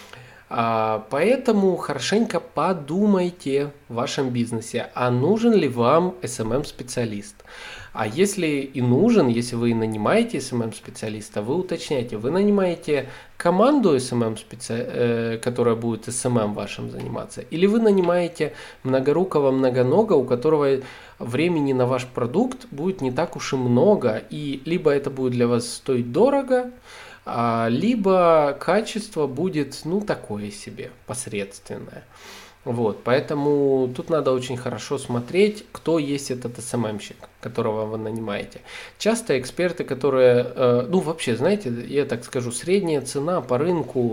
Поэтому хорошенько подумайте в вашем бизнесе, а нужен ли вам эс эм эм-специалист. А если и нужен, если вы нанимаете эс эм эм-специалиста, вы уточняете, вы нанимаете команду эс эм эм, которая будет эс эм эм вашим заниматься, или вы нанимаете многорукого многонога, у которого времени на ваш продукт будет не так уж и много, и либо это будет для вас стоить дорого, либо качество будет, ну, такое себе, посредственное. Вот, поэтому тут надо очень хорошо смотреть, кто есть этот эс эм эм-щик, которого вы нанимаете. Часто эксперты, которые, ну, вообще, знаете, я так скажу, средняя цена по рынку,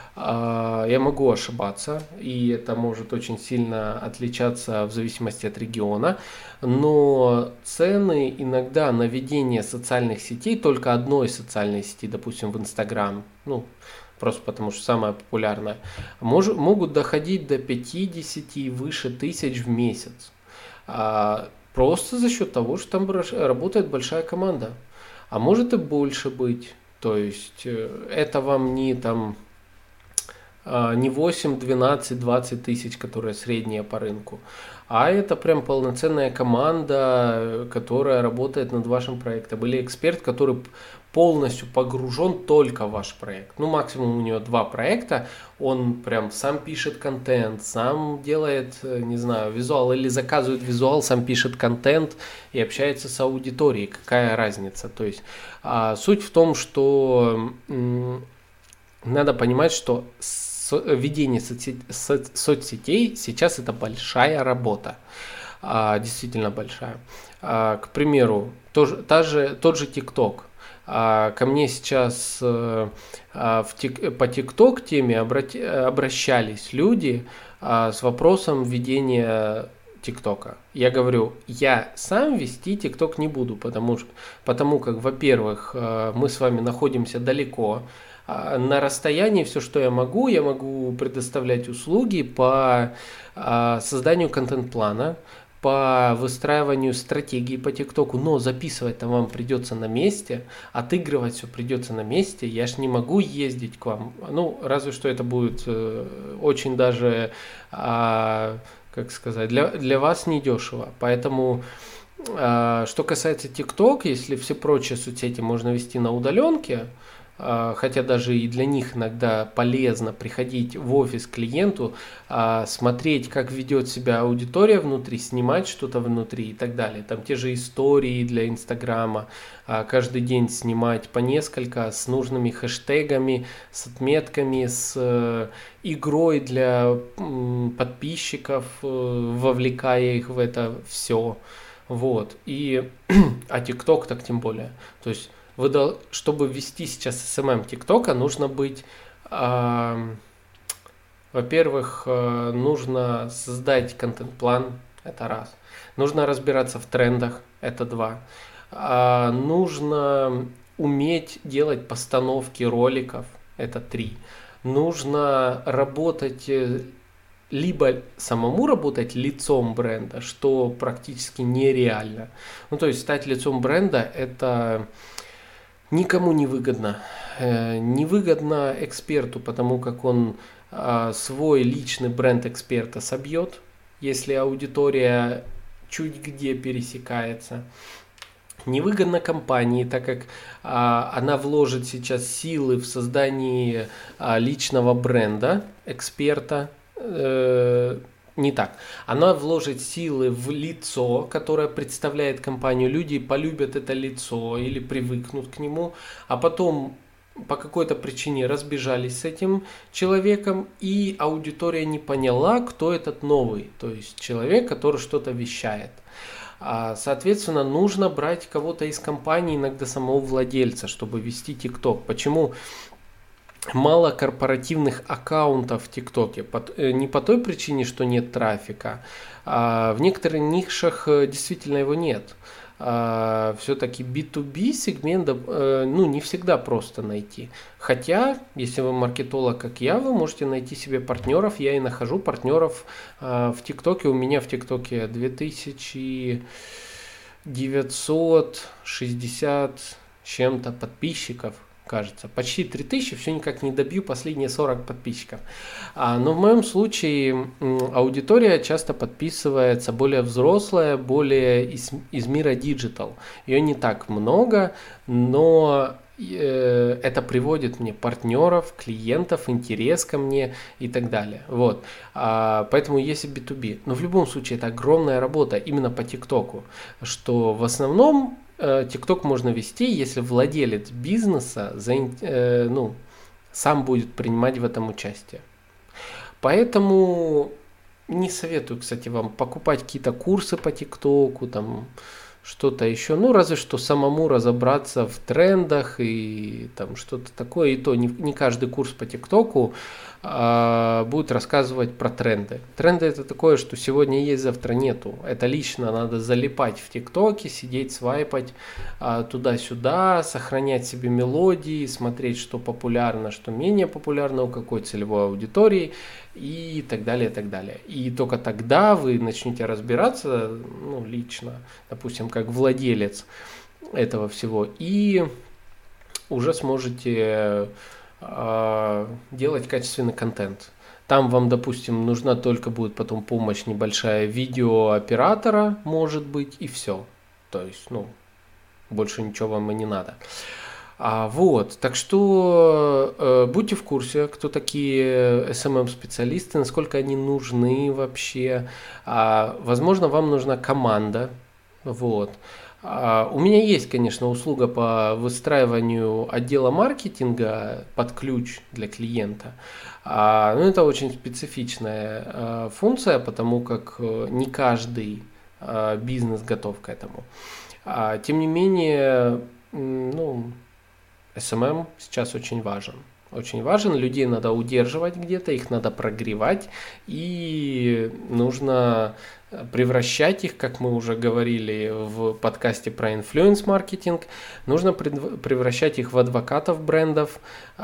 я могу ошибаться, и это может очень сильно отличаться в зависимости от региона, но цены иногда на ведение социальных сетей, только одной социальной сети, допустим, в Инстаграм, ну, просто потому что самая популярная, мож, могут доходить до пятьдесят и выше тысяч в месяц. А, просто за счет того, что там работает большая команда. А может и больше быть. То есть это вам не там не восемь, двенадцать, двадцать тысяч, которая средняя по рынку, а это прям полноценная команда, которая работает над вашим проектом, или эксперт, который полностью погружен только в ваш проект. Ну, максимум у него два проекта, он прям сам пишет контент, сам делает, не знаю, визуал, или заказывает визуал, сам пишет контент и общается с аудиторией. Какая разница? То есть а, суть в том, что м- надо понимать, что ведение соцсетей, соцсетей сейчас это большая работа, а, действительно большая. А, к примеру, тоже, та же, тот же TikTok. А, ко мне сейчас э, а, в тик, по ТикТок теме обрати, обращались люди а, с вопросом ведения ТикТока. Я говорю, я сам вести ТикТок не буду, потому, что, потому как, во-первых, э, мы с вами находимся далеко, а, на расстоянии все, что я могу, я могу предоставлять услуги по а, созданию контент-плана, по выстраиванию стратегии по ТикТоку, но записывать-то вам придется на месте, отыгрывать все придется на месте, я ж не могу ездить к вам, ну, разве что это будет э, очень даже, а, как сказать, для, для вас недешево, поэтому, а, что касается ТикТок, если все прочие соцсети можно вести на удаленке, а, хотя даже и для них иногда полезно приходить в офис к клиенту, а, смотреть, как ведет себя аудитория внутри, снимать что-то внутри и так далее. Там те же истории для Инстаграма, а, каждый день снимать по несколько с нужными хэштегами, с отметками, с э, игрой для м, подписчиков, э, вовлекая их в это все. Вот. И, а ТикТок так тем более. То есть вы, дол- чтобы ввести сейчас эс эм эм ТикТока, нужно быть, а, во-первых, э, нужно создать контент-план, это раз. Нужно разбираться в трендах, это два. А, нужно уметь делать постановки роликов, это три. Нужно работать, э, либо самому работать лицом бренда, что практически нереально. Ну, то есть стать лицом бренда, это никому не выгодно. Э, Невыгодно эксперту, потому как он а, свой личный бренд эксперта собьет, если аудитория чуть где пересекается. Невыгодно компании, так как а, она вложит сейчас силы в создание а, личного бренда эксперта. Э, не так. Она вложит силы в лицо, которое представляет компанию. Люди полюбят это лицо или привыкнут к нему, а потом по какой-то причине разбежались с этим человеком, и аудитория не поняла, кто этот новый, то есть человек, который что-то вещает. А, Соответственно, нужно брать кого-то из компании, иногда самого владельца, чтобы вести ТикТок. Почему мало корпоративных аккаунтов в ТикТоке? По- э, Не по той причине, что нет трафика, а в некоторых нишах э, действительно его нет. А, Все-таки би ту би сегмент, э, ну, не всегда просто найти. Хотя, если вы маркетолог, как я, вы можете найти себе партнеров. Я и нахожу партнеров а, в ТикТоке. У меня в ТикТоке две тысячи девятьсот шестьдесят чем-то подписчиков, кажется. Почти три тысячи, все никак не добью последние сорок подписчиков. А, но в моем случае м, аудитория часто подписывается более взрослая, более из, из мира диджитал. Ее не так много, но э, это приводит мне партнеров, клиентов, интерес ко мне и так далее. Вот. А, поэтому есть и би ту би. Но в любом случае это огромная работа именно по ТикТоку, что в основном ТикТок можно вести, если владелец бизнеса заин- э, ну, сам будет принимать в этом участие. Поэтому не советую, кстати, вам покупать какие-то курсы по ТикТоку, там что-то еще. Ну, разве что самому разобраться в трендах и там что-то такое. И то не, не каждый курс по ТикТоку а, будет рассказывать про тренды. Тренды это такое, что сегодня есть, завтра нету. Это лично надо залипать в ТикТоке, сидеть, свайпать а, туда-сюда, сохранять себе мелодии, смотреть, что популярно, что менее популярно, у какой целевой аудитории и так далее, и так далее. И только тогда вы начнете разбираться, ну, лично, допустим, как владелец этого всего, и уже сможете э, делать качественный контент. Там вам, допустим, нужна только будет потом помощь небольшая видеооператора, может быть, и все. То есть, ну, больше ничего вам и не надо. А, вот, так что э, будьте в курсе, кто такие эс эм эм-специалисты, насколько они нужны вообще. А, возможно, вам нужна команда. Вот. А, у меня есть, конечно, услуга по выстраиванию отдела маркетинга под ключ для клиента. А, но это очень специфичная а, функция, потому как э, не каждый а, бизнес готов к этому. А, тем не менее, ну, эс эм эм сейчас очень важен. Очень важен, людей надо удерживать где-то, их надо прогревать, и нужно превращать их, как мы уже говорили в подкасте про инфлюенс-маркетинг, нужно превращать их в адвокатов брендов,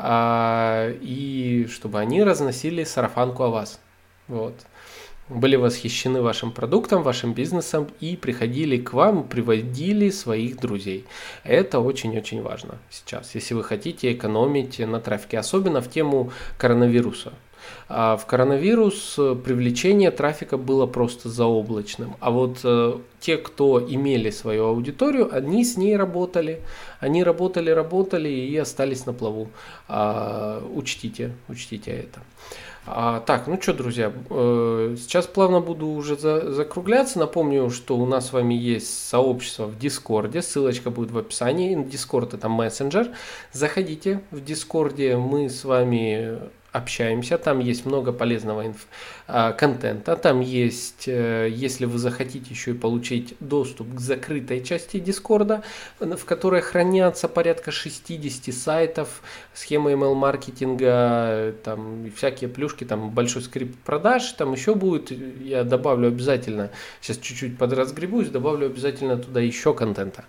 и чтобы они разносили сарафанку о вас. Вот. Были восхищены вашим продуктом, вашим бизнесом и приходили к вам, приводили своих друзей. Это очень-очень важно сейчас, если вы хотите экономить на трафике, особенно в тему коронавируса. А в коронавирус привлечение трафика было просто заоблачным. А вот э, те, кто имели свою аудиторию, они с ней работали. Они работали, работали и остались на плаву. А, учтите, учтите это. А, так, ну что, друзья, э, сейчас плавно буду уже за, закругляться. Напомню, что у нас с вами есть сообщество в Дискорде. Ссылочка будет в описании. Дискорд — это мессенджер. Заходите в Дискорде, мы с вами общаемся, там есть много полезного инф, а, контента, там есть, э, если вы захотите еще и получить доступ к закрытой части Дискорда, в которой хранятся порядка шестьдесят сайтов, схемы эм эл маркетинга, там всякие плюшки, там большой скрипт продаж, там еще будет, я добавлю обязательно, сейчас чуть-чуть подразгребусь, добавлю обязательно туда еще контента.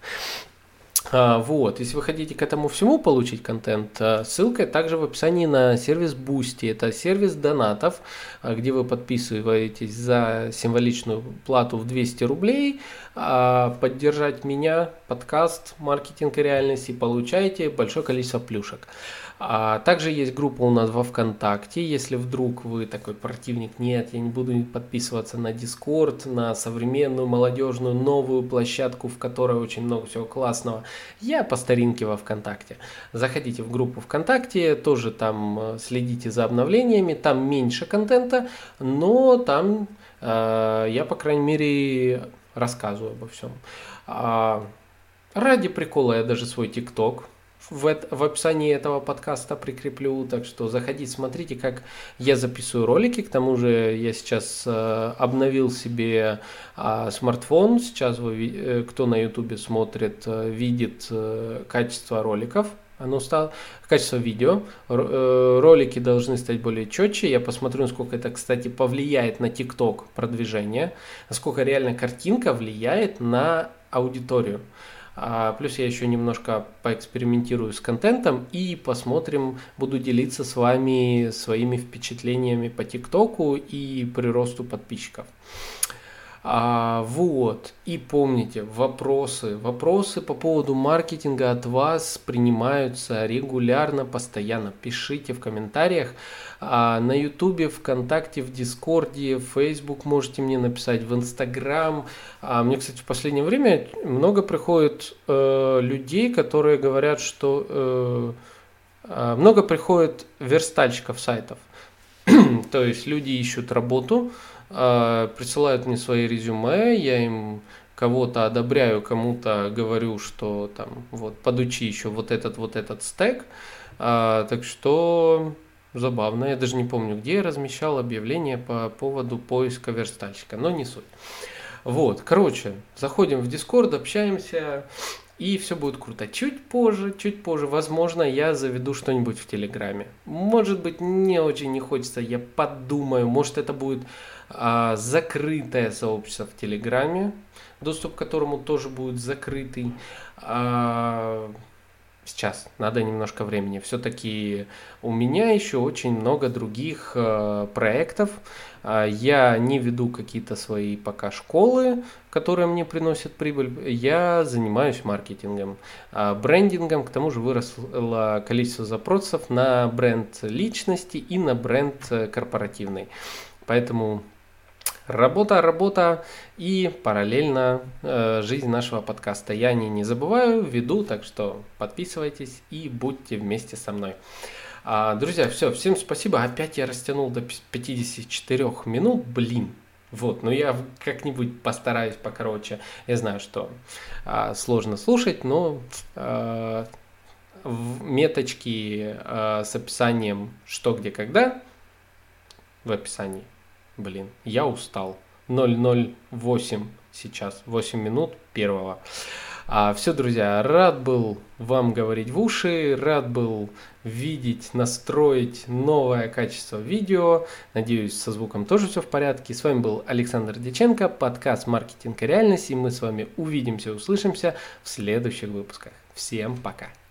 А, вот, если вы хотите к этому всему получить контент, ссылка также в описании на сервис Boosty. Это сервис донатов, где вы подписываетесь за символичную плату в двести рублей, поддержать меня, подкаст «Маркетинг и реальность», и получаете большое количество плюшек. А также есть группа у нас во ВКонтакте. Если вдруг вы такой противник, нет, я не буду подписываться на Discord, на современную, молодежную, новую площадку, в которой очень много всего классного, я по старинке во ВКонтакте. Заходите в группу ВКонтакте, тоже там следите за обновлениями, там меньше контента, но там э, я, по крайней мере, рассказываю обо всем. А, ради прикола я даже свой ТикТок В, в описании этого подкаста прикреплю, так что заходите, смотрите, как я записываю ролики. К тому же я сейчас э, обновил себе э, смартфон. Сейчас вы, э, кто на ютубе смотрит, э, видит э, качество роликов. Оно стало качество видео. Р, э, ролики должны стать более четче. Я посмотрю, насколько это, кстати, повлияет на ТикТок продвижение, насколько реально картинка влияет на аудиторию. А, плюс я еще немножко поэкспериментирую с контентом и посмотрим, буду делиться с вами своими впечатлениями по ТикТоку и приросту подписчиков. А, вот, и помните, вопросы, вопросы по поводу маркетинга от вас принимаются регулярно, постоянно. Пишите в комментариях. А, на ютубе, ВКонтакте, в Дискорде, в Facebook можете мне написать, в Инстаграм. А, мне, кстати, в последнее время много приходит э, людей, которые говорят, что э, э, много приходит верстальщиков сайтов. То есть люди ищут работу, присылают мне свои резюме, я им кого-то одобряю, кому-то говорю, что там вот подучи еще вот этот вот этот стек. А, так что забавно, я даже не помню, где я размещал объявление по поводу поиска верстальщика, но не суть. Вот, короче, заходим в Discord, общаемся, и все будет круто. Чуть позже, чуть позже, возможно, я заведу что-нибудь в Телеграме. Может быть, не очень не хочется, я подумаю, может, это будет а, закрытое сообщество в Телеграме, доступ к которому тоже будет закрытый. А, сейчас надо немножко времени. Все-таки у меня еще очень много других э, проектов. Э, я не веду какие-то свои пока школы, которые мне приносят прибыль. Я занимаюсь маркетингом, э, брендингом. К тому же выросло количество запросов на бренд личности и на бренд корпоративный. Поэтому Работа, работа и параллельно э, жизнь нашего подкаста. Я о ней не забываю, веду, так что подписывайтесь и будьте вместе со мной. А, друзья, все, всем спасибо. Опять я растянул до пятидесяти четырёх минут, блин. Вот, но я как-нибудь постараюсь покороче. Я знаю, что а, сложно слушать, но а, меточки а, с описанием что, где, когда в описании. Блин, я устал. ноль ноль восемь сейчас, восемь минут первого. А, все, друзья, рад был вам говорить в уши, рад был видеть, настроить новое качество видео. Надеюсь, со звуком тоже все в порядке. С вами был Александр Дьяченко, подкаст «Маркетинг и реальность», и мы с вами увидимся, услышимся в следующих выпусках. Всем пока!